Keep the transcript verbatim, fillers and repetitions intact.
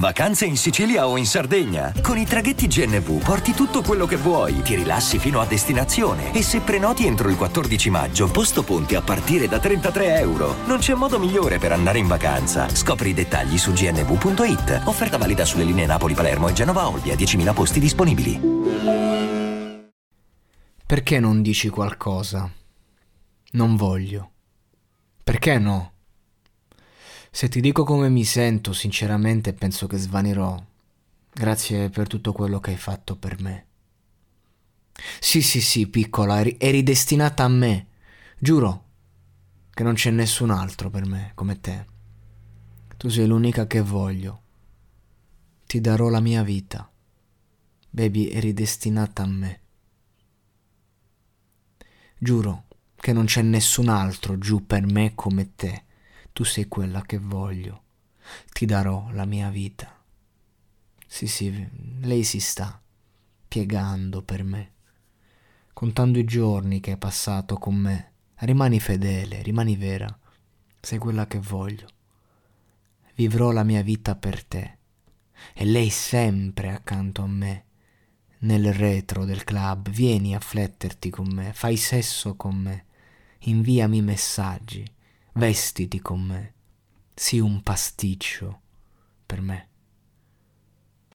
Vacanze in Sicilia o in Sardegna? Con i traghetti G N V porti tutto quello che vuoi, ti rilassi fino a destinazione e se prenoti entro il quattordici maggio, posto ponti a partire da trentatré euro. Non c'è modo migliore per andare in vacanza. Scopri i dettagli su g n v punto i t. Offerta valida sulle linee Napoli-Palermo e Genova-Olbia, diecimila posti disponibili. Perché non dici qualcosa? Non voglio. Perché no? Se ti dico come mi sento, sinceramente penso che svanirò. Grazie per tutto quello che hai fatto per me. Sì, sì, sì, piccola, eri, eri destinata a me. Giuro che non c'è nessun altro per me come te. Tu sei l'unica che voglio. Ti darò la mia vita. Baby, eri destinata a me. Giuro che non c'è nessun altro giù per me come te. Tu sei quella che voglio. Ti darò la mia vita. Sì, sì, lei si sta piegando per me, contando i giorni che hai passato con me. Rimani fedele, rimani vera. Sei quella che voglio. Vivrò la mia vita per te. E lei sempre accanto a me. Nel retro del club, vieni a fletterti con me, fai sesso con me, inviami messaggi, vestiti con me, sii un pasticcio per me.